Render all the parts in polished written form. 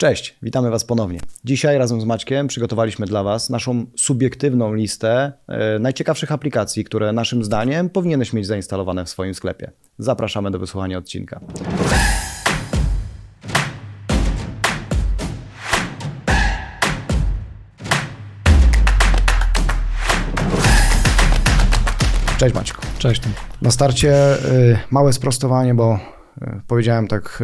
Cześć, witamy Was ponownie. Dzisiaj razem z Maćkiem przygotowaliśmy dla Was naszą subiektywną listę najciekawszych aplikacji, które naszym zdaniem powinieneś mieć zainstalowane w swoim sklepie. Zapraszamy do wysłuchania odcinka. Cześć Maćku. Cześć. Na starcie małe sprostowanie, bo powiedziałem tak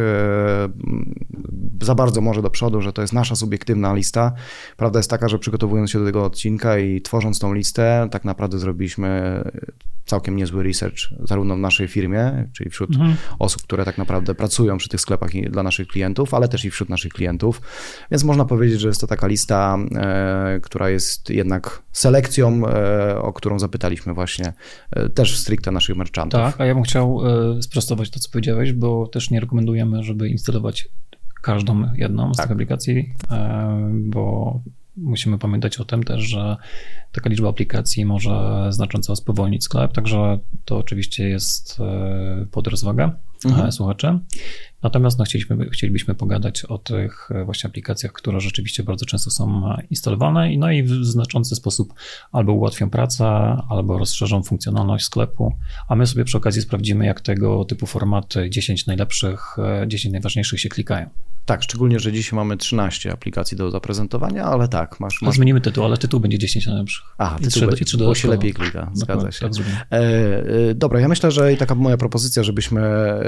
za bardzo może do przodu, że to jest nasza subiektywna lista. Prawda jest taka, że przygotowując się do tego odcinka i tworząc tą listę, tak naprawdę zrobiliśmy całkiem niezły research, zarówno w naszej firmie, czyli wśród osób, które tak naprawdę pracują przy tych sklepach dla naszych klientów, ale też i wśród naszych klientów. Więc można powiedzieć, że jest to taka lista, która jest jednak selekcją, o którą zapytaliśmy właśnie też stricte naszych merchantów. Tak, a ja bym chciał sprostować to, co powiedziałeś, bo też nie rekomendujemy, żeby instalować każdą jedną z tych aplikacji, bo musimy pamiętać o tym też, że taka liczba aplikacji może znacząco spowolnić sklep, także to oczywiście jest pod rozwagę słuchaczy. Natomiast chcielibyśmy pogadać o tych właśnie aplikacjach, które rzeczywiście bardzo często są instalowane i w znaczący sposób albo ułatwią pracę, albo rozszerzą funkcjonalność sklepu, a my sobie przy okazji sprawdzimy, jak tego typu formaty 10 najważniejszych się klikają. Tak, szczególnie, że dzisiaj mamy 13 aplikacji do zaprezentowania, ale tak, masz... Zmienimy tytuł, ale tytuł będzie 10 najlepszych. Tytuł będzie, bo się lepiej klika, zgadza się. Tak zrobimy. Dobra, ja myślę, że i taka moja propozycja, żebyśmy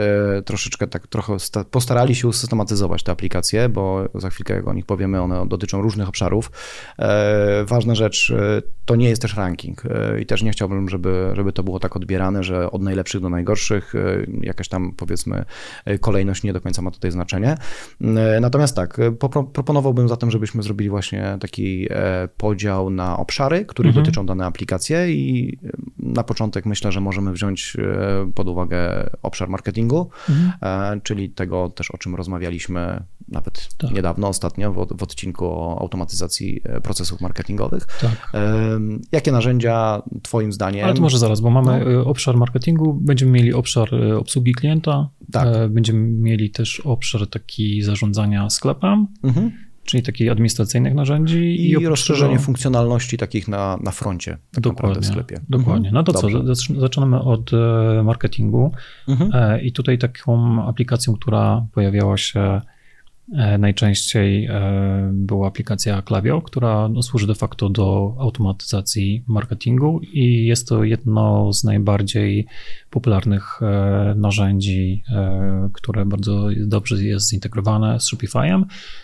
trochę postarali się usystematyzować te aplikacje, bo za chwilkę jak o nich powiemy, one dotyczą różnych obszarów. Ważna rzecz, to nie jest też ranking i też nie chciałbym, żeby to było tak odbierane, że od najlepszych do najgorszych, jakaś tam powiedzmy kolejność nie do końca ma tutaj znaczenie. Natomiast tak, proponowałbym zatem, żebyśmy zrobili właśnie taki podział na obszary, których dotyczą dane aplikacje i na początek myślę, że możemy wziąć pod uwagę obszar marketingu, czyli tego też, o czym rozmawialiśmy nawet niedawno, ostatnio w odcinku o automatyzacji procesów marketingowych. Tak. Jakie narzędzia twoim zdaniem? Ale to może zaraz, bo mamy obszar marketingu, będziemy mieli obszar obsługi klienta, będziemy mieli też obszar taki zarządzania sklepem, czyli takich administracyjnych narzędzi i rozszerzenie funkcjonalności takich na froncie, tak naprawdę w sklepie. Dokładnie. No to dobrze. Co, zaczynamy od marketingu i tutaj taką aplikacją, która pojawiała się najczęściej, była aplikacja Klaviyo, która służy de facto do automatyzacji marketingu i jest to jedno z najbardziej popularnych narzędzi, które bardzo dobrze jest zintegrowane z Shopify'em.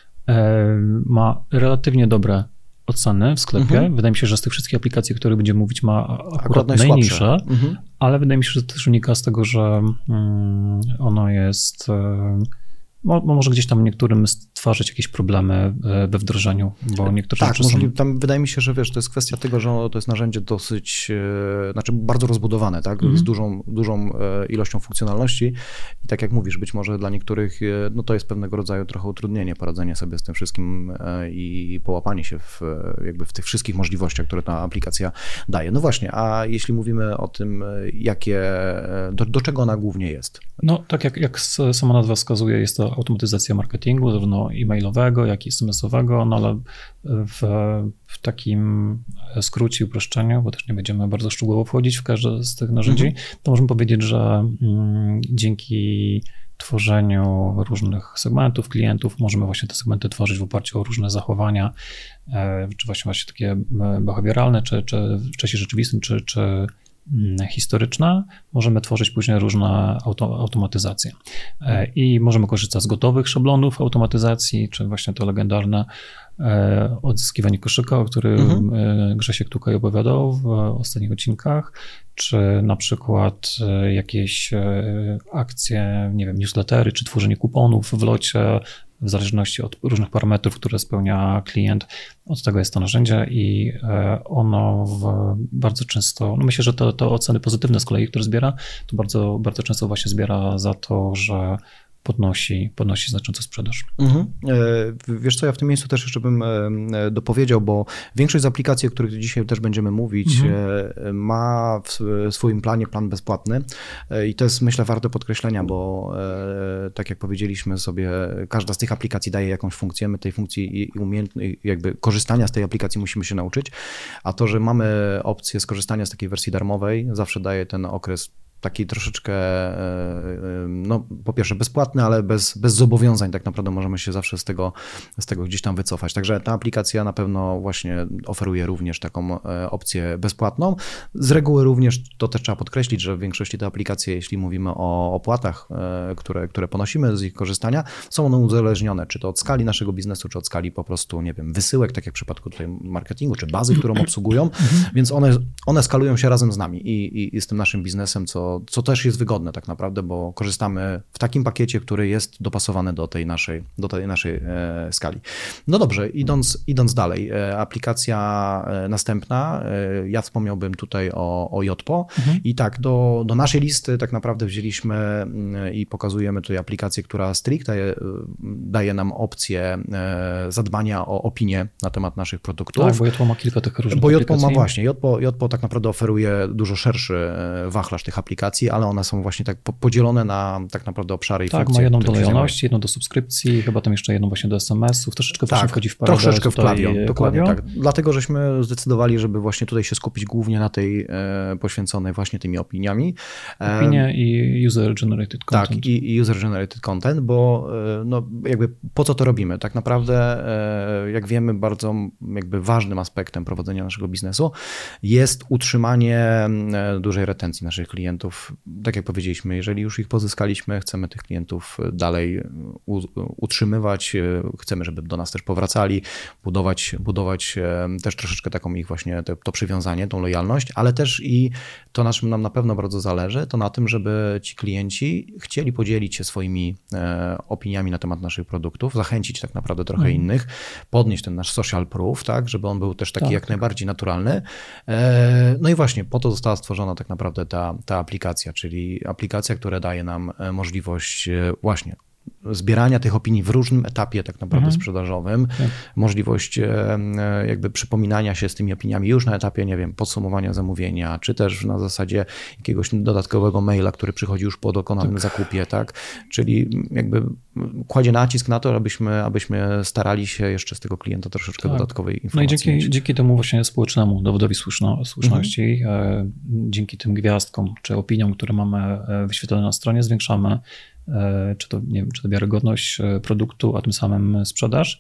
Ma relatywnie dobre oceny w sklepie. Wydaje mi się, że z tych wszystkich aplikacji, o których będziemy mówić, ma akurat najniższe, ale wydaje mi się, że to też wynika z tego, że ono jest... Może gdzieś tam niektórym stwarzać jakieś problemy we wdrożeniu, bo niektórzy możliwe. Tam wydaje mi się, że wiesz, to jest kwestia tego, że to jest narzędzie dosyć, bardzo rozbudowane, tak, z dużą ilością funkcjonalności i tak jak mówisz, być może dla niektórych to jest pewnego rodzaju trochę utrudnienie poradzenie sobie z tym wszystkim i połapanie się w tych wszystkich możliwościach, które ta aplikacja daje. No właśnie, a jeśli mówimy o tym, do czego ona głównie jest? No tak jak sama nazwa wskazuje, jest to automatyzacja marketingu, zarówno e-mailowego, jak i SMS-owego, no ale w takim skrócie i uproszczeniu, bo też nie będziemy bardzo szczegółowo wchodzić w każde z tych narzędzi, to możemy powiedzieć, że dzięki tworzeniu różnych segmentów klientów możemy właśnie te segmenty tworzyć w oparciu o różne zachowania, czy właśnie takie behawioralne, czy w czasie rzeczywistym, czy historyczne, możemy tworzyć później różne automatyzacje. I możemy korzystać z gotowych szablonów automatyzacji, czy właśnie to legendarne odzyskiwanie koszyka, o którym Grzesiek tutaj opowiadał w ostatnich odcinkach, czy na przykład jakieś akcje, nie wiem, newslettery, czy tworzenie kuponów w locie, w zależności od różnych parametrów, które spełnia klient. Od tego jest to narzędzie i ono bardzo często, myślę, że te oceny pozytywne z kolei, które zbiera, to bardzo, bardzo często właśnie zbiera za to, że podnosi znacząco sprzedaż. Wiesz co, ja w tym miejscu też jeszcze bym dopowiedział, bo większość z aplikacji, o których dzisiaj też będziemy mówić, ma w swoim planie plan bezpłatny i to jest, myślę, warte podkreślenia, bo tak jak powiedzieliśmy sobie, każda z tych aplikacji daje jakąś funkcję, my tej funkcji i jakby korzystania z tej aplikacji musimy się nauczyć, a to, że mamy opcję skorzystania z takiej wersji darmowej, zawsze daje ten okres taki troszeczkę, no po pierwsze bezpłatny, ale bez zobowiązań tak naprawdę możemy się zawsze z tego gdzieś tam wycofać. Także ta aplikacja na pewno właśnie oferuje również taką opcję bezpłatną. Z reguły również, to też trzeba podkreślić, że w większości te aplikacje, jeśli mówimy o opłatach, które ponosimy z ich korzystania, są one uzależnione, czy to od skali naszego biznesu, czy od skali po prostu, nie wiem, wysyłek, tak jak w przypadku tutaj marketingu, czy bazy, którą obsługują, więc one skalują się razem z nami i z tym naszym biznesem, co też jest wygodne tak naprawdę, bo korzystamy w takim pakiecie, który jest dopasowany do tej naszej skali. No dobrze, idąc dalej, aplikacja następna, ja wspomniałbym tutaj o Yotpo i tak, do naszej listy tak naprawdę wzięliśmy i pokazujemy tutaj aplikację, która stricte daje nam opcję zadbania o opinię na temat naszych produktów. Tak, bo Yotpo ma kilka tych różnych aplikacji. Yotpo ma właśnie, Yotpo tak naprawdę oferuje dużo szerszy wachlarz tych aplikacji, ale one są właśnie tak podzielone na tak naprawdę obszary i funkcje. Tak, ma jedną do lojalności, jedną do subskrypcji, chyba tam jeszcze jedną właśnie do SMS-ów, troszeczkę właśnie wchodzi w paradę. Troszeczkę w Klaviyo, dokładnie tak. Dlatego żeśmy zdecydowali, żeby właśnie tutaj się skupić głównie na tej poświęconej właśnie tymi opiniami. Opinie i user-generated content. Tak, i user-generated content, bo no jakby po co to robimy? Tak naprawdę, jak wiemy, bardzo jakby ważnym aspektem prowadzenia naszego biznesu jest utrzymanie dużej retencji naszych klientów. Tak jak powiedzieliśmy, jeżeli już ich pozyskaliśmy, chcemy tych klientów dalej utrzymywać, chcemy, żeby do nas też powracali, budować też troszeczkę taką ich właśnie to przywiązanie, tą lojalność, ale też i to, na czym nam na pewno bardzo zależy, to na tym, żeby ci klienci chcieli podzielić się swoimi opiniami na temat naszych produktów, zachęcić tak naprawdę trochę innych, podnieść ten nasz social proof, tak, żeby on był też taki jak najbardziej naturalny. No i właśnie po to została stworzona tak naprawdę ta aplikacja, czyli aplikacja, która daje nam możliwość właśnie zbierania tych opinii w różnym etapie tak naprawdę sprzedażowym, możliwość jakby przypominania się z tymi opiniami już na etapie, nie wiem, podsumowania zamówienia, czy też na zasadzie jakiegoś dodatkowego maila, który przychodzi już po dokonanym zakupie, tak? Czyli jakby kładzie nacisk na to, abyśmy starali się jeszcze z tego klienta troszeczkę dodatkowej informacji. No i dzięki temu właśnie społecznemu dowodowi słuszności, dzięki tym gwiazdkom czy opiniom, które mamy wyświetlone na stronie, zwiększamy czy to wiarygodność produktu, a tym samym sprzedaż.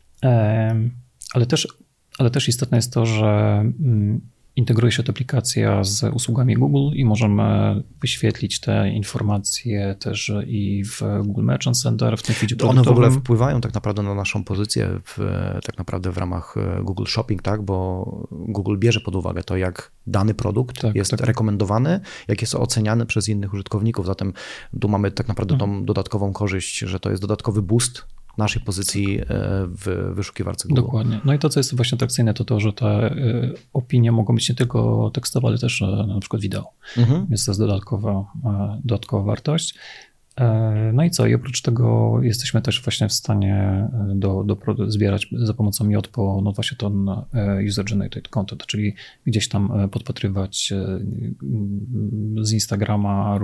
Ale też istotne jest to, że integruje się ta aplikacja z usługami Google i możemy wyświetlić te informacje też i w Google Merchant Center, w tym feedzie produktowym. One w ogóle wpływają tak naprawdę na naszą pozycję tak naprawdę w ramach Google Shopping, tak? Bo Google bierze pod uwagę to, jak dany produkt jest rekomendowany, jak jest oceniany przez innych użytkowników. Zatem tu mamy tak naprawdę tą dodatkową korzyść, że to jest dodatkowy boost naszej pozycji w wyszukiwarce Google. Dokładnie. No i to, co jest właśnie atrakcyjne, to, że te opinie mogą być nie tylko tekstowe, ale też na przykład wideo. Więc to jest dodatkowa wartość. No i co? I oprócz tego jesteśmy też właśnie w stanie zbierać za pomocą Yotpo, no właśnie ten user-generated content, czyli gdzieś tam podpatrywać z Instagrama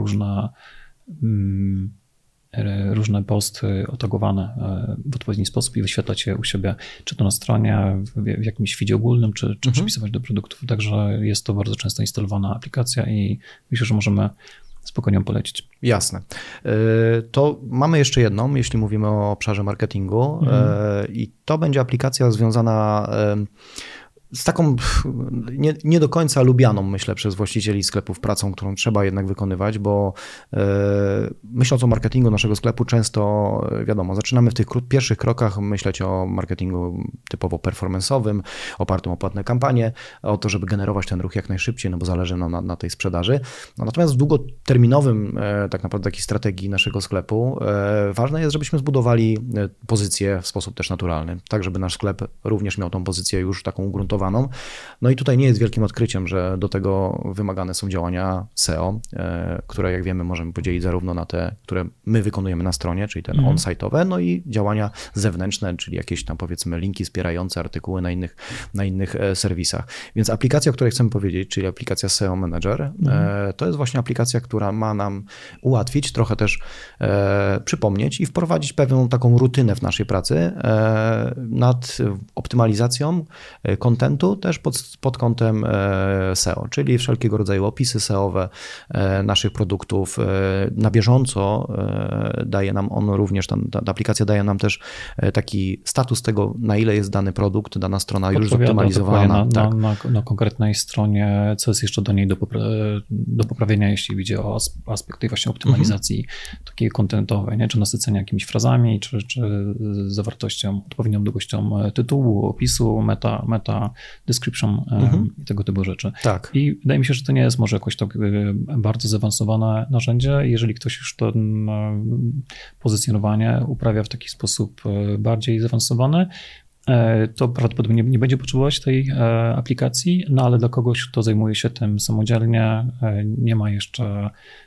różne posty otagowane w odpowiedni sposób i wyświetlać je u siebie, czy to na stronie, w jakimś feedzie ogólnym, czy przypisywać do produktów. Także jest to bardzo często instalowana aplikacja i myślę, że możemy spokojnie ją polecić. Jasne. To mamy jeszcze jedną, jeśli mówimy o obszarze marketingu i to będzie aplikacja związana z taką nie do końca lubianą, myślę, przez właścicieli sklepów pracą, którą trzeba jednak wykonywać, bo myśląc o marketingu naszego sklepu, często wiadomo, zaczynamy w tych pierwszych krokach myśleć o marketingu typowo performance'owym, opartym o płatne kampanie, o to, żeby generować ten ruch jak najszybciej, no bo zależy nam na tej sprzedaży. No, natomiast w długoterminowym tak naprawdę takiej strategii naszego sklepu ważne jest, żebyśmy zbudowali pozycję w sposób też naturalny, tak żeby nasz sklep również miał tą pozycję już taką ugruntowaną zbudowaną. No i tutaj nie jest wielkim odkryciem, że do tego wymagane są działania SEO, które jak wiemy możemy podzielić zarówno na te, które my wykonujemy na stronie, czyli te on-site'owe, no i działania zewnętrzne, czyli jakieś tam powiedzmy linki wspierające artykuły na innych serwisach. Więc aplikacja, o której chcemy powiedzieć, czyli aplikacja SEO Manager, to jest właśnie aplikacja, która ma nam ułatwić, trochę też przypomnieć i wprowadzić pewną taką rutynę w naszej pracy nad optymalizacją kontentu też pod kątem SEO, czyli wszelkiego rodzaju opisy SEO-owe naszych produktów. Na bieżąco daje nam on również, ta aplikacja daje nam też taki status tego, na ile jest dany produkt, dana strona już zoptymalizowana. Na konkretnej stronie, co jest jeszcze do niej do poprawienia, jeśli idzie o aspekt tej właśnie optymalizacji takiej kontentowej, nie? Czy nasycenia jakimiś frazami, czy zawartością, odpowiednią długością tytułu, opisu, meta description i tego typu rzeczy. Tak. I wydaje mi się, że to nie jest może jakoś tak bardzo zaawansowane narzędzie. Jeżeli ktoś już to pozycjonowanie uprawia w taki sposób bardziej zaawansowany, to prawdopodobnie nie będzie potrzebować tej aplikacji, no ale dla kogoś, kto zajmuje się tym samodzielnie, nie ma jeszcze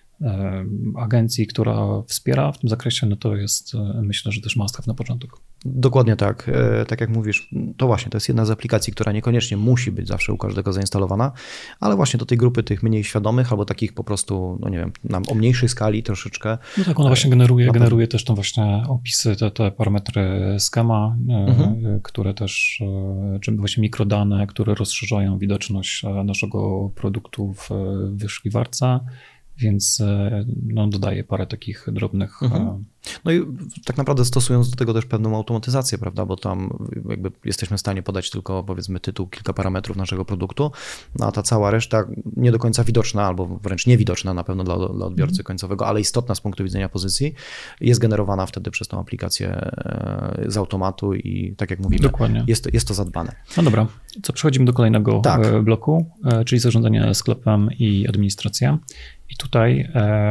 agencji, która wspiera w tym zakresie, no to jest, myślę, że też must have na początek. Dokładnie tak. Tak jak mówisz, to właśnie to jest jedna z aplikacji, która niekoniecznie musi być zawsze u każdego zainstalowana, ale właśnie do tej grupy tych mniej świadomych albo takich po prostu, no nie wiem, o mniejszej skali troszeczkę. No tak, ona właśnie generuje też tą właśnie opisy, te parametry schema, które też, czy właśnie mikrodane, które rozszerzają widoczność naszego produktu w wyszukiwarce. Więc no, dodaję parę takich drobnych... No i tak naprawdę stosując do tego też pewną automatyzację, prawda, bo tam jakby jesteśmy w stanie podać tylko powiedzmy tytuł, kilka parametrów naszego produktu, no a ta cała reszta nie do końca widoczna albo wręcz niewidoczna na pewno dla odbiorcy końcowego, ale istotna z punktu widzenia pozycji, jest generowana wtedy przez tą aplikację z automatu i tak jak mówimy, jest to zadbane. No dobra, co przechodzimy do kolejnego bloku, czyli zarządzanie sklepem i administracja. I tutaj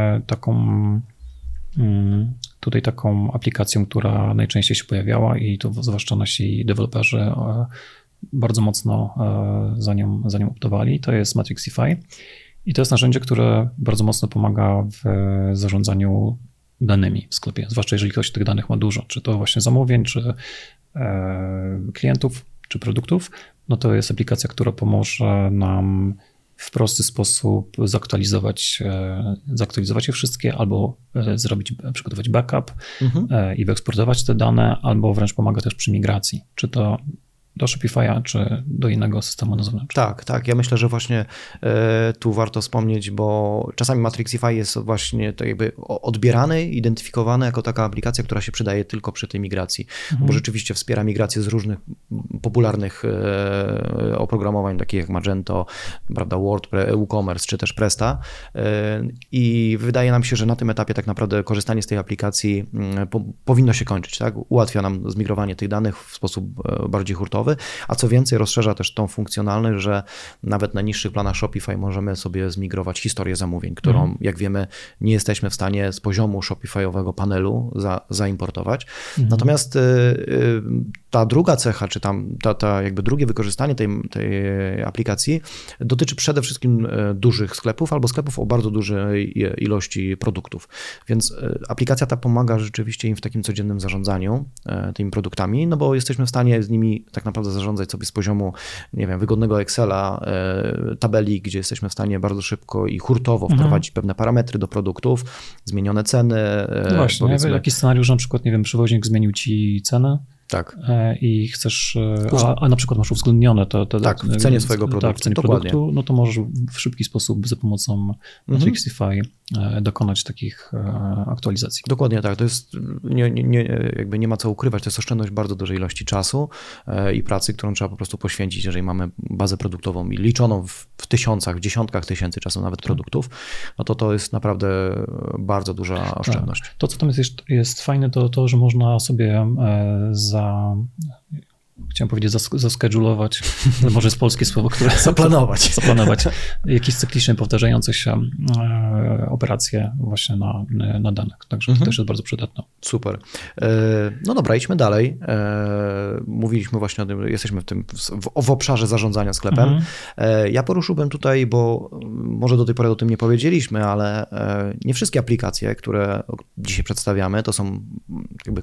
taką aplikacją, która najczęściej się pojawiała i to zwłaszcza nasi deweloperzy bardzo mocno za nią optowali, to jest Matrixify. I to jest narzędzie, które bardzo mocno pomaga w zarządzaniu danymi w sklepie, zwłaszcza jeżeli ktoś tych danych ma dużo, czy to właśnie zamówień, czy klientów, czy produktów, no to jest aplikacja, która pomoże nam w prosty sposób zaktualizować je wszystkie, albo przygotować backup i wyeksportować te dane, albo wręcz pomaga też przy migracji, czy to do Shopify'a, czy do innego systemu na zewnątrz. Tak. Ja myślę, że właśnie tu warto wspomnieć, bo czasami Matrixify jest właśnie to jakby odbierany, identyfikowany jako taka aplikacja, która się przydaje tylko przy tej migracji, bo rzeczywiście wspiera migrację z różnych popularnych oprogramowań, takich jak Magento, prawda, WordPress, WooCommerce, czy też Presta i wydaje nam się, że na tym etapie tak naprawdę korzystanie z tej aplikacji powinno się kończyć, tak? Ułatwia nam zmigrowanie tych danych w sposób bardziej hurtowy, a co więcej rozszerza też tą funkcjonalność, że nawet na niższych planach Shopify możemy sobie zmigrować historię zamówień, którą jak wiemy nie jesteśmy w stanie z poziomu Shopify'owego panelu zaimportować. Natomiast ta druga cecha, czy tam ta jakby drugie wykorzystanie tej aplikacji dotyczy przede wszystkim dużych sklepów albo sklepów o bardzo dużej ilości produktów. Więc aplikacja ta pomaga rzeczywiście im w takim codziennym zarządzaniu tymi produktami, no bo jesteśmy w stanie z nimi tak naprawdę zarządzać sobie z poziomu, nie wiem, wygodnego Excela, tabeli, gdzie jesteśmy w stanie bardzo szybko i hurtowo wprowadzić pewne parametry do produktów, zmienione ceny. No właśnie, jaki scenariusz, na przykład, nie wiem, przewoźnik zmienił ci cenę, tak. I chcesz, a na przykład masz uwzględnione to w cenie swojego produktu. Tak, w cenie produktu, no to możesz w szybki sposób za pomocą Matrixify dokonać takich aktualizacji. Dokładnie tak, to jest, jakby nie ma co ukrywać, to jest oszczędność bardzo dużej ilości czasu i pracy, którą trzeba po prostu poświęcić, jeżeli mamy bazę produktową i liczoną w tysiącach, w dziesiątkach tysięcy czasem nawet produktów, no to jest naprawdę bardzo duża oszczędność. To, co tam jest fajne, to że można sobie chciałem powiedzieć zaschedulować, może jest polskie słowo, które... Zaplanować. Jakieś cyklicznie powtarzające się operacje właśnie na danych. Także to też jest bardzo przydatne. Super. No dobra, idźmy dalej. Mówiliśmy właśnie o tym, jesteśmy w obszarze zarządzania sklepem. Ja poruszyłbym tutaj, bo może do tej pory o tym nie powiedzieliśmy, ale nie wszystkie aplikacje, które dzisiaj przedstawiamy, to są jakby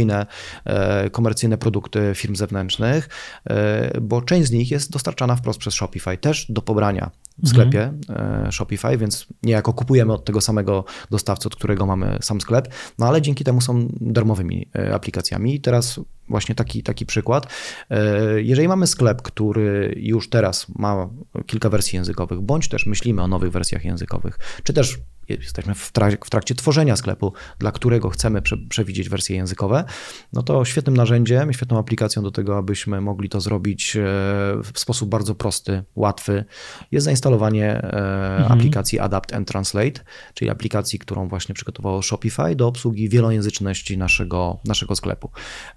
komercyjne produkty firm zewnętrznych, bo część z nich jest dostarczana wprost przez Shopify, też do pobrania w sklepie Shopify, więc niejako kupujemy od tego samego dostawcy, od którego mamy sam sklep, no ale dzięki temu są darmowymi aplikacjami. I teraz właśnie taki przykład. Jeżeli mamy sklep, który już teraz ma kilka wersji językowych, bądź też myślimy o nowych wersjach językowych, czy też jesteśmy w trakcie tworzenia sklepu, dla którego chcemy przewidzieć wersje językowe, no to świetnym narzędziem, świetną aplikacją do tego, abyśmy mogli to zrobić w sposób bardzo prosty, łatwy, jest zainstalowanie aplikacji Adapt and Translate, czyli aplikacji, którą właśnie przygotowało Shopify do obsługi wielojęzyczności naszego sklepu.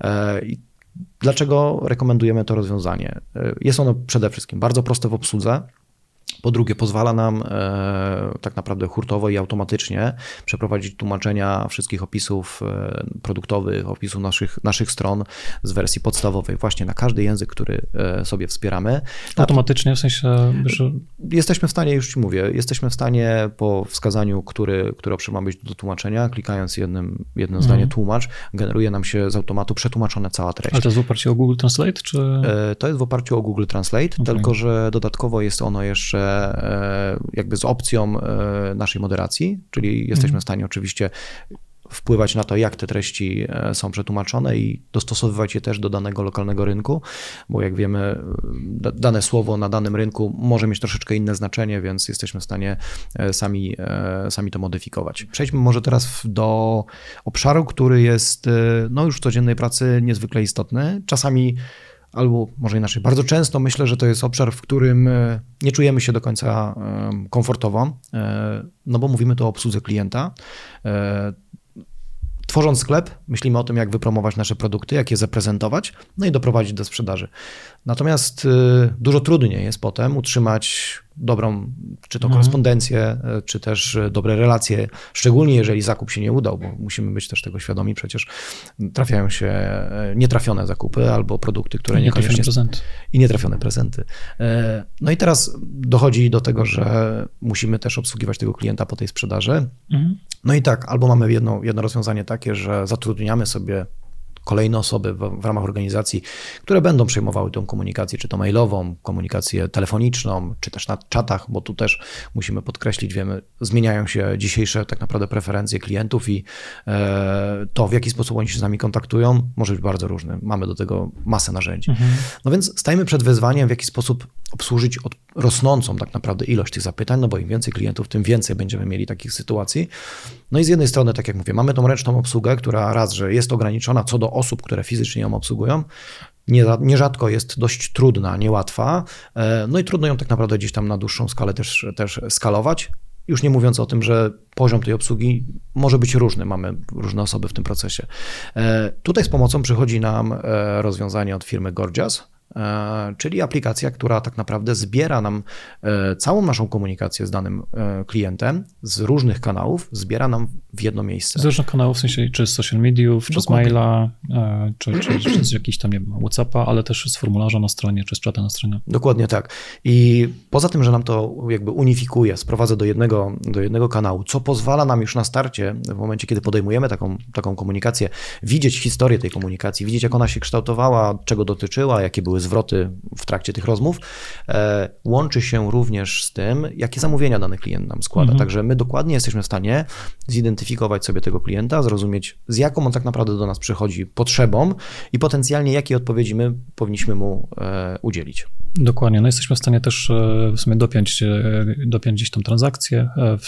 Dlaczego rekomendujemy to rozwiązanie? Jest ono przede wszystkim bardzo proste w obsłudze. Po drugie, pozwala nam tak naprawdę hurtowo i automatycznie przeprowadzić tłumaczenia wszystkich opisów produktowych, opisów naszych stron z wersji podstawowej właśnie na każdy język, który sobie wspieramy. Automatycznie w sensie, że... Jesteśmy w stanie, już ci mówię, jesteśmy w stanie po wskazaniu, który obszar ma być do tłumaczenia, klikając jedno zdanie tłumacz, generuje nam się z automatu przetłumaczona cała treść. Ale to jest w oparciu o Google Translate, czy? To jest w oparciu o Google Translate, tylko że dodatkowo jest ono jeszcze jakby z opcją naszej moderacji, czyli jesteśmy w stanie oczywiście wpływać na to, jak te treści są przetłumaczone i dostosowywać je też do danego lokalnego rynku, bo jak wiemy, dane słowo na danym rynku może mieć troszeczkę inne znaczenie, więc jesteśmy w stanie sami to modyfikować. Przejdźmy może teraz do obszaru, który jest już w codziennej pracy niezwykle istotny. Czasami albo może inaczej, bardzo często myślę, że to jest obszar, w którym nie czujemy się do końca komfortowo, no bo mówimy tu o obsłudze klienta. Tworząc sklep, myślimy o tym, jak wypromować nasze produkty, jak je zaprezentować, no i doprowadzić do sprzedaży. Natomiast dużo trudniej jest potem utrzymać dobrą, czy to korespondencję, czy też dobre relacje, szczególnie jeżeli zakup się nie udał, bo musimy być też tego świadomi, przecież trafiają się nietrafione zakupy albo produkty, które niekoniecznie... I nietrafione prezenty. No i teraz dochodzi do tego, że musimy też obsługiwać tego klienta po tej sprzedaży. No i tak, albo mamy jedno rozwiązanie takie, że zatrudniamy sobie kolejne osoby w ramach organizacji, które będą przejmowały tą komunikację, czy to mailową, komunikację telefoniczną, czy też na czatach, bo tu też musimy podkreślić, wiemy, zmieniają się dzisiejsze tak naprawdę preferencje klientów i to, w jaki sposób oni się z nami kontaktują, może być bardzo różne. Mamy do tego masę narzędzi. No więc stajemy przed wyzwaniem, w jaki sposób obsłużyć rosnącą tak naprawdę ilość tych zapytań, no bo im więcej klientów, tym więcej będziemy mieli takich sytuacji. No i z jednej strony, tak jak mówię, mamy tą ręczną obsługę, która raz, że jest ograniczona co do osób, które fizycznie ją obsługują, nierzadko jest dość trudna, niełatwa, no i trudno ją tak naprawdę gdzieś tam na dłuższą skalę też skalować. Już nie mówiąc o tym, że poziom tej obsługi może być różny, mamy różne osoby w tym procesie. Tutaj z pomocą przychodzi nam rozwiązanie od firmy Gorgias, czyli aplikacja, która tak naprawdę zbiera nam całą naszą komunikację z danym klientem z różnych kanałów, zbiera nam w jedno miejsce. Z różnych kanałów, w sensie czy z social mediów, czy z maila, czy z jakichś tam, nie wiem, WhatsAppa, ale też z formularza na stronie, czy z czata na stronie. Dokładnie tak. I poza tym, że nam to jakby unifikuje, sprowadza do jednego kanału, co pozwala nam już na starcie, w momencie, kiedy podejmujemy taką komunikację, widzieć historię tej komunikacji, widzieć, jak ona się kształtowała, czego dotyczyła, jakie były zwroty w trakcie tych rozmów, łączy się również z tym, jakie zamówienia dany klient nam składa. Także my dokładnie jesteśmy w stanie zidentyfikować sobie tego klienta, zrozumieć, z jaką on tak naprawdę do nas przychodzi potrzebą i potencjalnie jakiej odpowiedzi my powinniśmy mu udzielić. Dokładnie. No jesteśmy w stanie też w sumie dopiąć gdzieś tam transakcję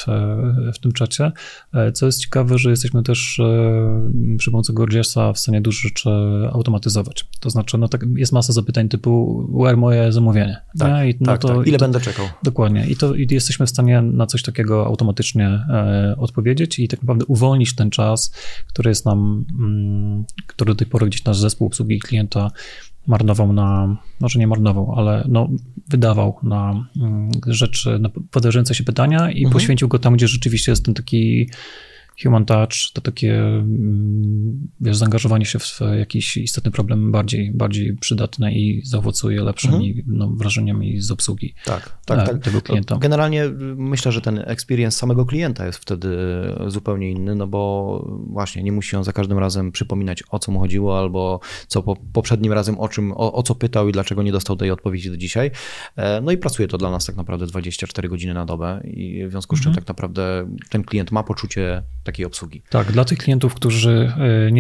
w tym czacie. Co jest ciekawe, że jesteśmy też przy pomocy Gorgiasa w stanie dużo rzeczy automatyzować. To znaczy, no tak, jest masa zapytań typu where moje zamówienie? Tak, I, no tak. Ile będę czekał? Dokładnie. I jesteśmy w stanie na coś takiego automatycznie odpowiedzieć i tak naprawdę uwolnić ten czas, który jest nam, który do tej pory gdzieś nasz zespół obsługi klienta marnował może nie marnował, ale wydawał na rzeczy, na podarzające się pytania i poświęcił go tam, gdzie rzeczywiście jest ten taki human touch, to takie, zaangażowanie się w jakiś istotny problem bardziej przydatne i zaowocuje lepszymi wrażeniami z obsługi tego klienta. Generalnie myślę, że ten experience samego klienta jest wtedy zupełnie inny, bo właśnie nie musi on za każdym razem przypominać, o co mu chodziło, albo co poprzednim razem o co pytał i dlaczego nie dostał tej odpowiedzi do dzisiaj. I pracuje to dla nas tak naprawdę 24 godziny na dobę i w związku z czym tak naprawdę ten klient ma poczucie takiej obsługi. Tak, dla tych klientów, którzy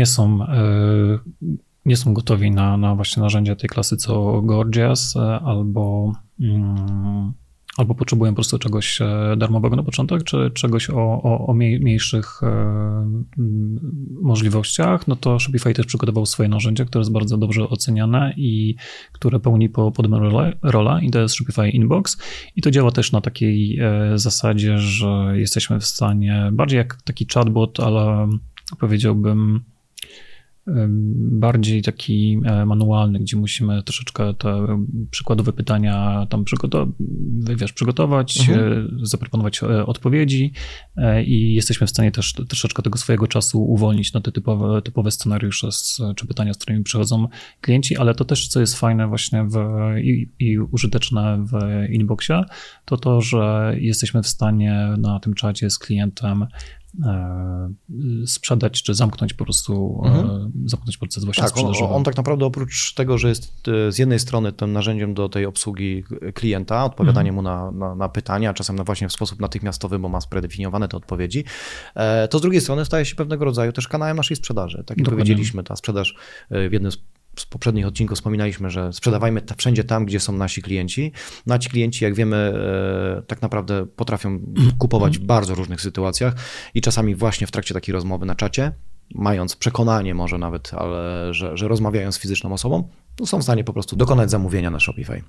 nie są gotowi na właśnie narzędzia tej klasy co Gorgias albo potrzebują po prostu czegoś darmowego na początek, czy czegoś o mniejszych możliwościach, to Shopify też przygotował swoje narzędzie, które jest bardzo dobrze oceniane i które pełni podobną rolę i to jest Shopify Inbox i to działa też na takiej zasadzie, że jesteśmy w stanie, bardziej jak taki chatbot, ale powiedziałbym bardziej taki manualny, gdzie musimy troszeczkę te przykładowe pytania tam przygotować, zaproponować odpowiedzi i jesteśmy w stanie też troszeczkę tego swojego czasu uwolnić na te typowe scenariusze czy pytania, z którymi przychodzą klienci, ale to też, co jest fajne właśnie i użyteczne w Inboxie, to, że jesteśmy w stanie na tym czacie z klientem sprzedać, czy zamknąć po prostu zamknąć proces właśnie sprzedażowy. On tak naprawdę oprócz tego, że jest z jednej strony tym narzędziem do tej obsługi klienta, odpowiadanie mu na pytania, czasem właśnie w sposób natychmiastowy, bo ma predefiniowane te odpowiedzi, to z drugiej strony staje się pewnego rodzaju też kanałem naszej sprzedaży. Tak jak powiedzieliśmy, ta sprzedaż w jednym z poprzednich odcinków wspominaliśmy, że sprzedawajmy wszędzie tam, gdzie są nasi klienci. Ci klienci, jak wiemy, tak naprawdę potrafią kupować w bardzo różnych sytuacjach i czasami właśnie w trakcie takiej rozmowy na czacie, mając przekonanie może nawet, ale że rozmawiają z fizyczną osobą, są w stanie po prostu dokonać zamówienia na Shopify.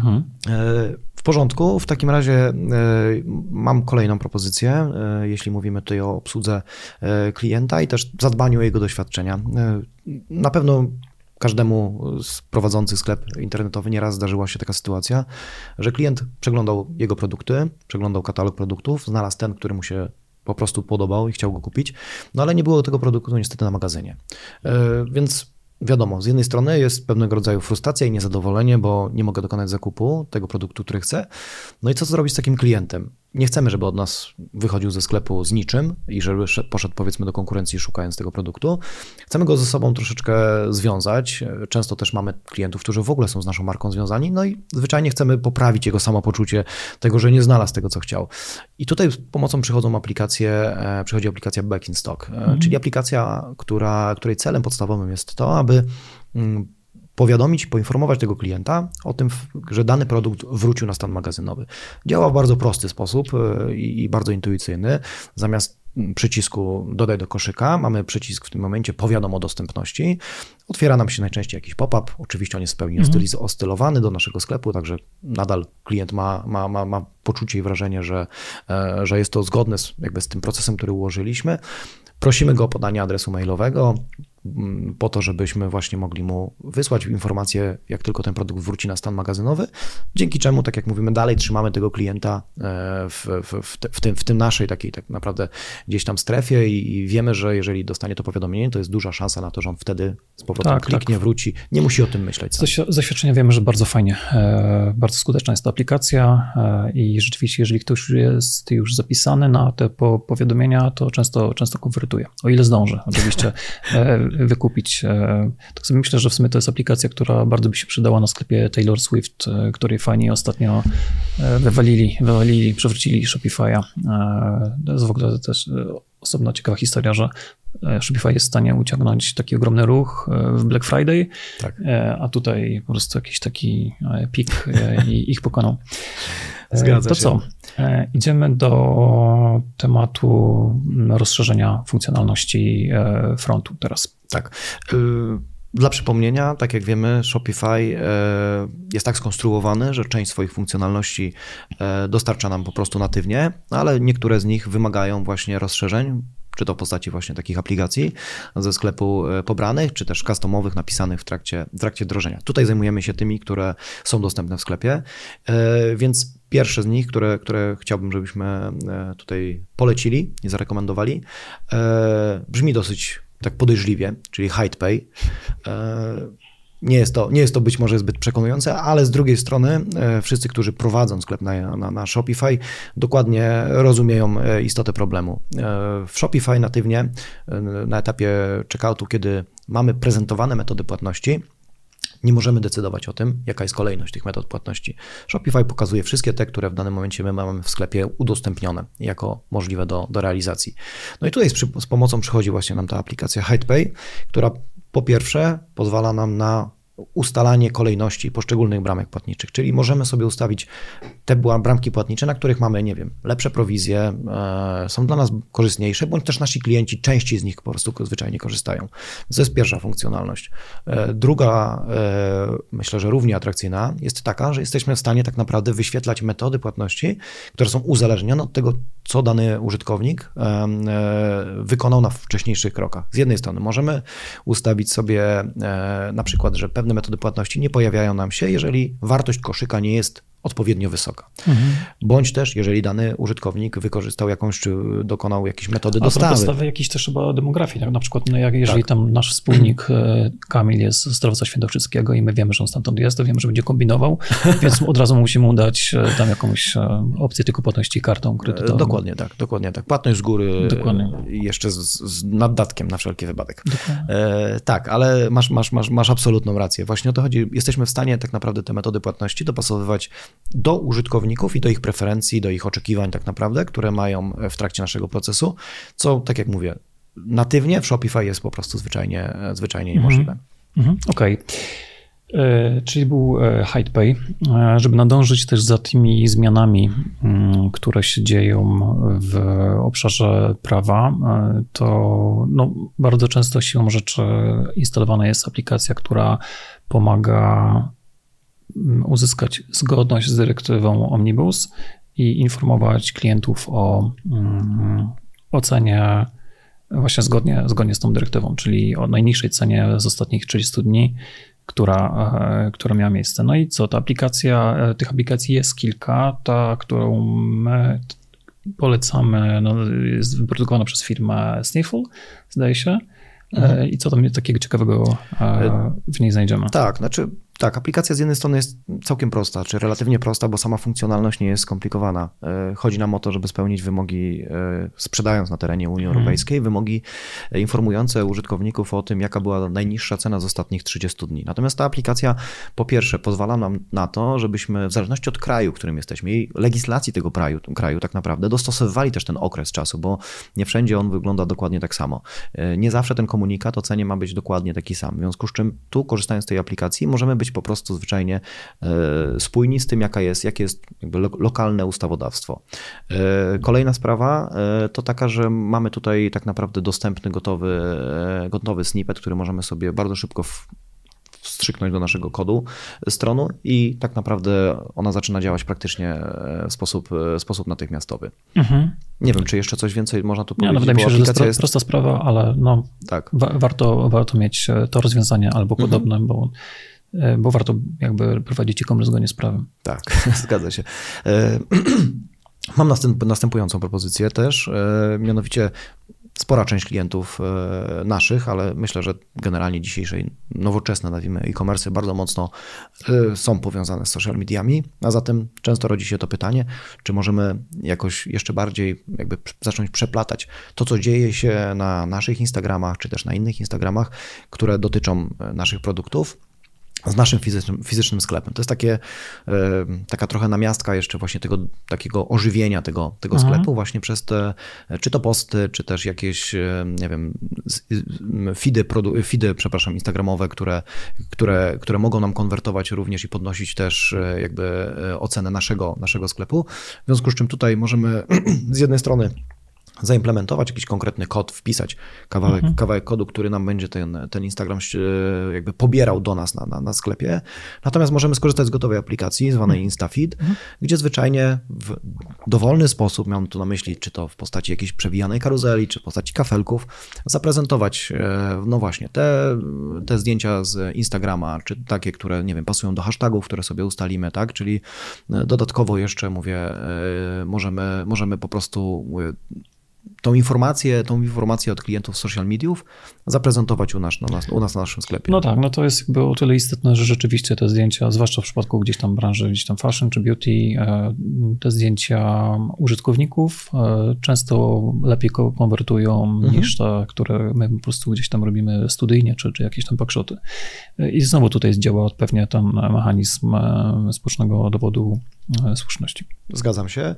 W porządku, w takim razie mam kolejną propozycję, jeśli mówimy tutaj o obsłudze klienta i też zadbaniu o jego doświadczenia. Na pewno każdemu z prowadzących sklep internetowy nieraz zdarzyła się taka sytuacja, że klient przeglądał jego produkty, przeglądał katalog produktów, znalazł ten, który mu się po prostu podobał i chciał go kupić, ale nie było tego produktu niestety na magazynie. Więc wiadomo, z jednej strony jest pewnego rodzaju frustracja i niezadowolenie, bo nie mogę dokonać zakupu tego produktu, który chcę. I co zrobić z takim klientem? Nie chcemy, żeby od nas wychodził ze sklepu z niczym i żeby poszedł powiedzmy do konkurencji szukając tego produktu. Chcemy go ze sobą troszeczkę związać. Często też mamy klientów, którzy w ogóle są z naszą marką związani, i zwyczajnie chcemy poprawić jego samopoczucie tego, że nie znalazł tego, co chciał. I tutaj z pomocą przychodzi aplikacja Back in Stock, czyli aplikacja, której celem podstawowym jest to, aby poinformować tego klienta o tym, że dany produkt wrócił na stan magazynowy. Działa w bardzo prosty sposób i bardzo intuicyjny. Zamiast przycisku dodaj do koszyka, mamy przycisk w tym momencie powiadom o dostępności. Otwiera nam się najczęściej jakiś pop-up. Oczywiście on jest w pełni ostylowany do naszego sklepu, także nadal klient ma poczucie i wrażenie, że jest to zgodne z tym procesem, który ułożyliśmy. Prosimy go o podanie adresu mailowego po to, żebyśmy właśnie mogli mu wysłać informację, jak tylko ten produkt wróci na stan magazynowy, dzięki czemu, tak jak mówimy, dalej trzymamy tego klienta w tym naszej takiej tak naprawdę gdzieś tam strefie i wiemy, że jeżeli dostanie to powiadomienie, to jest duża szansa na to, że on wtedy z powrotem kliknie, wróci, nie musi o tym myśleć. Z doświadczenia wiemy, że bardzo fajnie, bardzo skuteczna jest ta aplikacja i rzeczywiście, jeżeli ktoś jest już zapisany na te powiadomienia, to często konwertuje, o ile zdąży oczywiście wykupić. Tak sobie myślę, że w sumie to jest aplikacja, która bardzo by się przydała na sklepie Taylor Swift, której fani ostatnio przewrócili Shopify'a. To jest w ogóle też osobna ciekawa historia, że Shopify jest w stanie uciągnąć taki ogromny ruch w Black Friday, a tutaj po prostu jakiś taki pik ich pokonał. Zgadza to się. Co? Idziemy do tematu rozszerzenia funkcjonalności frontu teraz. Tak. Dla przypomnienia, tak jak wiemy, Shopify jest tak skonstruowany, że część swoich funkcjonalności dostarcza nam po prostu natywnie, ale niektóre z nich wymagają właśnie rozszerzeń. czy to w postaci właśnie takich aplikacji ze sklepu pobranych, czy też customowych napisanych w trakcie wdrożenia. Tutaj zajmujemy się tymi, które są dostępne w sklepie, więc pierwsze z nich, które chciałbym, żebyśmy tutaj polecili i zarekomendowali, brzmi dosyć tak podejrzliwie, czyli HidePay. Nie jest to być może zbyt przekonujące, ale z drugiej strony wszyscy, którzy prowadzą sklep na Shopify, dokładnie rozumieją istotę problemu. W Shopify natywnie na etapie checkoutu, kiedy mamy prezentowane metody płatności, nie możemy decydować o tym, jaka jest kolejność tych metod płatności. Shopify pokazuje wszystkie te, które w danym momencie my mamy w sklepie udostępnione jako możliwe do realizacji. No i tutaj z pomocą przychodzi właśnie nam ta aplikacja HidePay, która po pierwsze pozwala nam na ustalanie kolejności poszczególnych bramek płatniczych, czyli możemy sobie ustawić te bramki płatnicze, na których mamy, nie wiem, lepsze prowizje, są dla nas korzystniejsze, bądź też nasi klienci, części z nich po prostu zwyczajnie korzystają. To jest pierwsza funkcjonalność. Druga, myślę, że równie atrakcyjna, jest taka, że jesteśmy w stanie tak naprawdę wyświetlać metody płatności, które są uzależnione od tego, co dany użytkownik wykonał na wcześniejszych krokach. Z jednej strony możemy ustawić sobie na przykład, że pewne metody płatności nie pojawiają nam się, jeżeli wartość koszyka nie jest odpowiednio wysoka. Bądź też, jeżeli dany użytkownik wykorzystał jakąś, czy dokonał jakiejś metody dostawy. A podstawy jakiejś też chyba demografii, tak? Na przykład jeżeli tam nasz wspólnik Kamil jest z Zdrowca Świętokrzyskiego i my wiemy, że on stamtąd jest, to wiemy, że będzie kombinował, więc od razu musimy mu dać tam jakąś opcję tylko płatności kartą kredytową. Dokładnie tak. Płatność z góry i jeszcze z naddatkiem na wszelki wypadek. Tak, ale masz absolutną rację. Właśnie o to chodzi. Jesteśmy w stanie tak naprawdę te metody płatności dopasowywać do użytkowników i do ich preferencji, do ich oczekiwań tak naprawdę, które mają w trakcie naszego procesu, co, tak jak mówię, natywnie w Shopify jest po prostu zwyczajnie niemożliwe. Okej. Czyli był HidePay. Żeby nadążyć też za tymi zmianami, które się dzieją w obszarze prawa, to bardzo często siłą rzeczy instalowana jest aplikacja, która pomaga uzyskać zgodność z dyrektywą Omnibus i informować klientów o ocenie właśnie zgodnie z tą dyrektywą, czyli o najniższej cenie z ostatnich 30 dni, która miała miejsce. No i co, tych aplikacji jest kilka. Ta, którą my polecamy, jest wyprodukowana przez firmę Sniffle, zdaje się. I co tam takiego ciekawego w niej znajdziemy? Tak, aplikacja z jednej strony jest całkiem prosta, czy relatywnie prosta, bo sama funkcjonalność nie jest skomplikowana. Chodzi nam o to, żeby spełnić wymogi, sprzedając na terenie Unii Europejskiej, wymogi informujące użytkowników o tym, jaka była najniższa cena z ostatnich 30 dni. Natomiast ta aplikacja po pierwsze pozwala nam na to, żebyśmy w zależności od kraju, w którym jesteśmy i legislacji tego kraju tak naprawdę dostosowywali też ten okres czasu, bo nie wszędzie on wygląda dokładnie tak samo. Nie zawsze ten komunikat o cenie ma być dokładnie taki sam. W związku z czym tu, korzystając z tej aplikacji, możemy być po prostu zwyczajnie spójni z tym, jakie jest jakby lokalne ustawodawstwo. Kolejna sprawa to taka, że mamy tutaj tak naprawdę dostępny, gotowy snippet, który możemy sobie bardzo szybko wstrzyknąć do naszego kodu stronu i tak naprawdę ona zaczyna działać praktycznie w sposób natychmiastowy. Nie wiem, czy jeszcze coś więcej można tu powiedzieć. Wydaje mi się, że to jest prosta sprawa, ale tak. warto mieć to rozwiązanie albo podobne, bo warto jakby prowadzić e-commerce zgodnie z prawem. Tak, zgadza się. Mam następującą propozycję też, mianowicie spora część klientów naszych, ale myślę, że generalnie dzisiejszej nowoczesne, nazwijmy, e-commerce bardzo mocno są powiązane z social mediami, a zatem często rodzi się to pytanie, czy możemy jakoś jeszcze bardziej jakby zacząć przeplatać to, co dzieje się na naszych Instagramach, czy też na innych Instagramach, które dotyczą naszych produktów, z naszym fizycznym sklepem. To jest taka trochę namiastka jeszcze właśnie tego takiego ożywienia tego sklepu właśnie przez te, czy to posty, czy też jakieś, nie wiem, feedy, instagramowe, które mogą nam konwertować również i podnosić też jakby ocenę naszego sklepu. W związku z czym tutaj możemy z jednej strony zaimplementować jakiś konkretny kod, wpisać kawałek kodu, który nam będzie ten Instagram jakby pobierał do nas na sklepie. Natomiast możemy skorzystać z gotowej aplikacji zwanej InstaFeed, gdzie zwyczajnie w dowolny sposób, mam tu na myśli, czy to w postaci jakiejś przewijanej karuzeli, czy w postaci kafelków, zaprezentować no właśnie te zdjęcia z Instagrama, czy takie, które, nie wiem, pasują do hashtagów, które sobie ustalimy, tak? Czyli dodatkowo jeszcze, mówię, możemy po prostu tą informację od klientów z social mediów zaprezentować u nas na naszym sklepie. No tak, no to jest jakby o tyle istotne, że rzeczywiście te zdjęcia, zwłaszcza w przypadku gdzieś tam branży, gdzieś tam fashion czy beauty, te zdjęcia użytkowników często lepiej konwertują niż te, które my po prostu gdzieś tam robimy studyjnie, czy jakieś tam backshoty. I znowu tutaj działa pewnie ten mechanizm społecznego dowodu słuszności. Zgadzam się.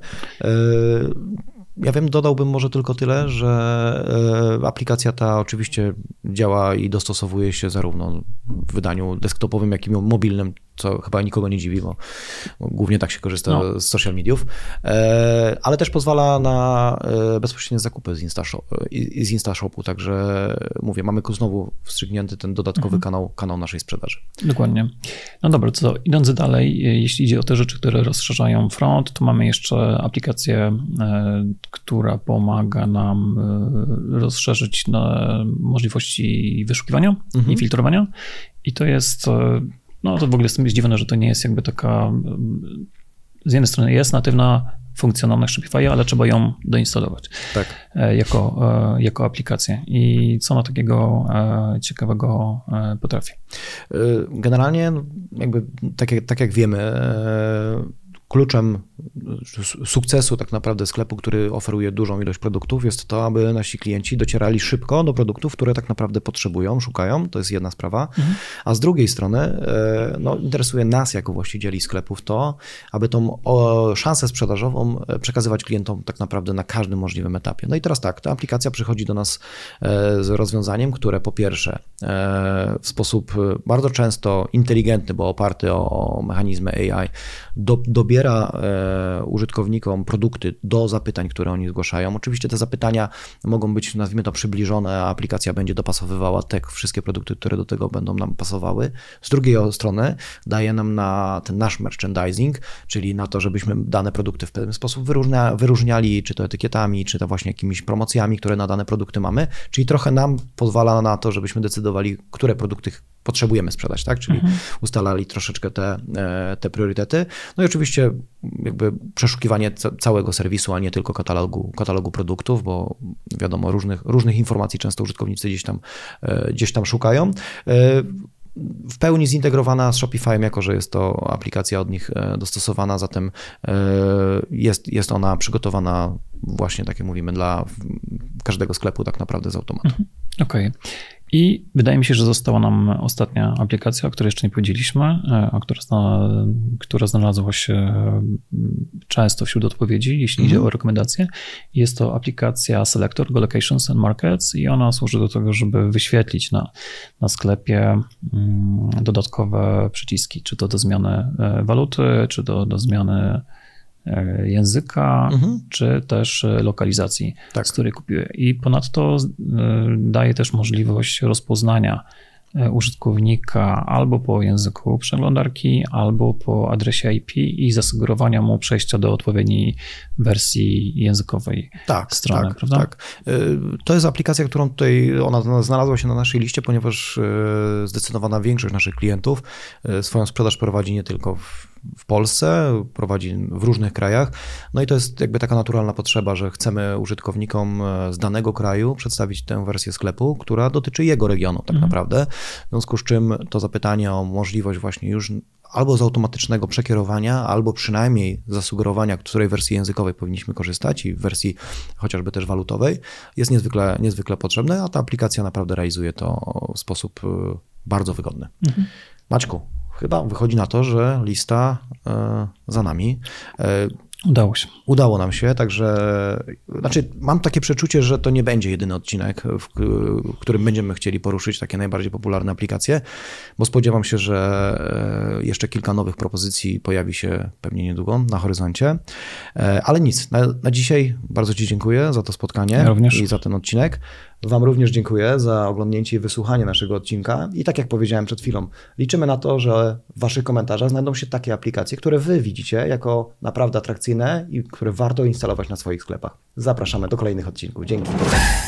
Ja wiem, dodałbym może tylko tyle, że aplikacja ta oczywiście działa i dostosowuje się zarówno w wydaniu desktopowym, jak i mobilnym, co chyba nikogo nie dziwi, bo głównie tak się korzysta z social mediów, ale też pozwala na bezpośrednie zakupy z InstaShopu, także mówię, mamy znowu wstrzyknięty ten dodatkowy kanał naszej sprzedaży. Dokładnie. No dobra, co idąc dalej, jeśli idzie o te rzeczy, które rozszerzają front, to mamy jeszcze aplikację, która pomaga nam rozszerzyć możliwości wyszukiwania i filtrowania i to jest... No to w ogóle jestem zdziwiony, że to nie jest jakby taka, z jednej strony jest natywna funkcjonalność Shopify'a, ale trzeba ją doinstalować jako aplikację. I co ona takiego ciekawego potrafi? Generalnie jakby tak jak wiemy, kluczem sukcesu tak naprawdę sklepu, który oferuje dużą ilość produktów, jest to, aby nasi klienci docierali szybko do produktów, które tak naprawdę potrzebują, szukają. To jest jedna sprawa. A z drugiej strony interesuje nas jako właścicieli sklepów to, aby tą szansę sprzedażową przekazywać klientom tak naprawdę na każdym możliwym etapie. No i teraz tak, ta aplikacja przychodzi do nas z rozwiązaniem, które po pierwsze w sposób bardzo często inteligentny, bo oparty o mechanizmy AI, dobiera użytkownikom produkty do zapytań, które oni zgłaszają. Oczywiście te zapytania mogą być, nazwijmy to, przybliżone, a aplikacja będzie dopasowywała te wszystkie produkty, które do tego będą nam pasowały. Z drugiej strony daje nam na ten nasz merchandising, czyli na to, żebyśmy dane produkty w pewien sposób wyróżniali, czy to etykietami, czy to właśnie jakimiś promocjami, które na dane produkty mamy, czyli trochę nam pozwala na to, żebyśmy decydowali, które produkty potrzebujemy sprzedać, tak? Czyli ustalali troszeczkę te priorytety. No i oczywiście jakby przeszukiwanie całego serwisu, a nie tylko katalogu produktów, bo wiadomo, różnych informacji często użytkownicy gdzieś tam szukają. W pełni zintegrowana z Shopify'em, jako że jest to aplikacja od nich dostosowana, zatem jest ona przygotowana właśnie, tak jak mówimy, dla każdego sklepu tak naprawdę z automatu. Okej. I wydaje mi się, że została nam ostatnia aplikacja, o której jeszcze nie powiedzieliśmy, która znalazła się często wśród odpowiedzi, jeśli idzie o rekomendacje. Jest to aplikacja Selector Go Locations and Markets i ona służy do tego, żeby wyświetlić na sklepie dodatkowe przyciski, czy to do zmiany waluty, czy do zmiany języka, czy też lokalizacji, z której kupiłem. I ponadto daje też możliwość rozpoznania użytkownika albo po języku przeglądarki, albo po adresie IP i zasugerowania mu przejścia do odpowiedniej wersji językowej strony, prawda? Tak. To jest aplikacja, którą tutaj ona znalazła się na naszej liście, ponieważ zdecydowana większość naszych klientów swoją sprzedaż prowadzi nie tylko w Polsce, prowadzi w różnych krajach. No i to jest jakby taka naturalna potrzeba, że chcemy użytkownikom z danego kraju przedstawić tę wersję sklepu, która dotyczy jego regionu tak naprawdę. W związku z czym to zapytanie o możliwość właśnie już albo z automatycznego przekierowania, albo przynajmniej zasugerowania, której wersji językowej powinniśmy korzystać i w wersji chociażby też walutowej, jest niezwykle potrzebne, a ta aplikacja naprawdę realizuje to w sposób bardzo wygodny. Maćku, chyba wychodzi na to, że lista za nami. Udało nam się, także mam takie przeczucie, że to nie będzie jedyny odcinek, w którym będziemy chcieli poruszyć takie najbardziej popularne aplikacje, bo spodziewam się, że jeszcze kilka nowych propozycji pojawi się pewnie niedługo na horyzoncie. Ale nic, na dzisiaj bardzo Ci dziękuję za to spotkanie i za ten odcinek. Wam również dziękuję za oglądnięcie i wysłuchanie naszego odcinka i tak jak powiedziałem przed chwilą, liczymy na to, że w Waszych komentarzach znajdą się takie aplikacje, które Wy widzicie jako naprawdę atrakcyjne i które warto instalować na swoich sklepach. Zapraszamy do kolejnych odcinków. Dzięki.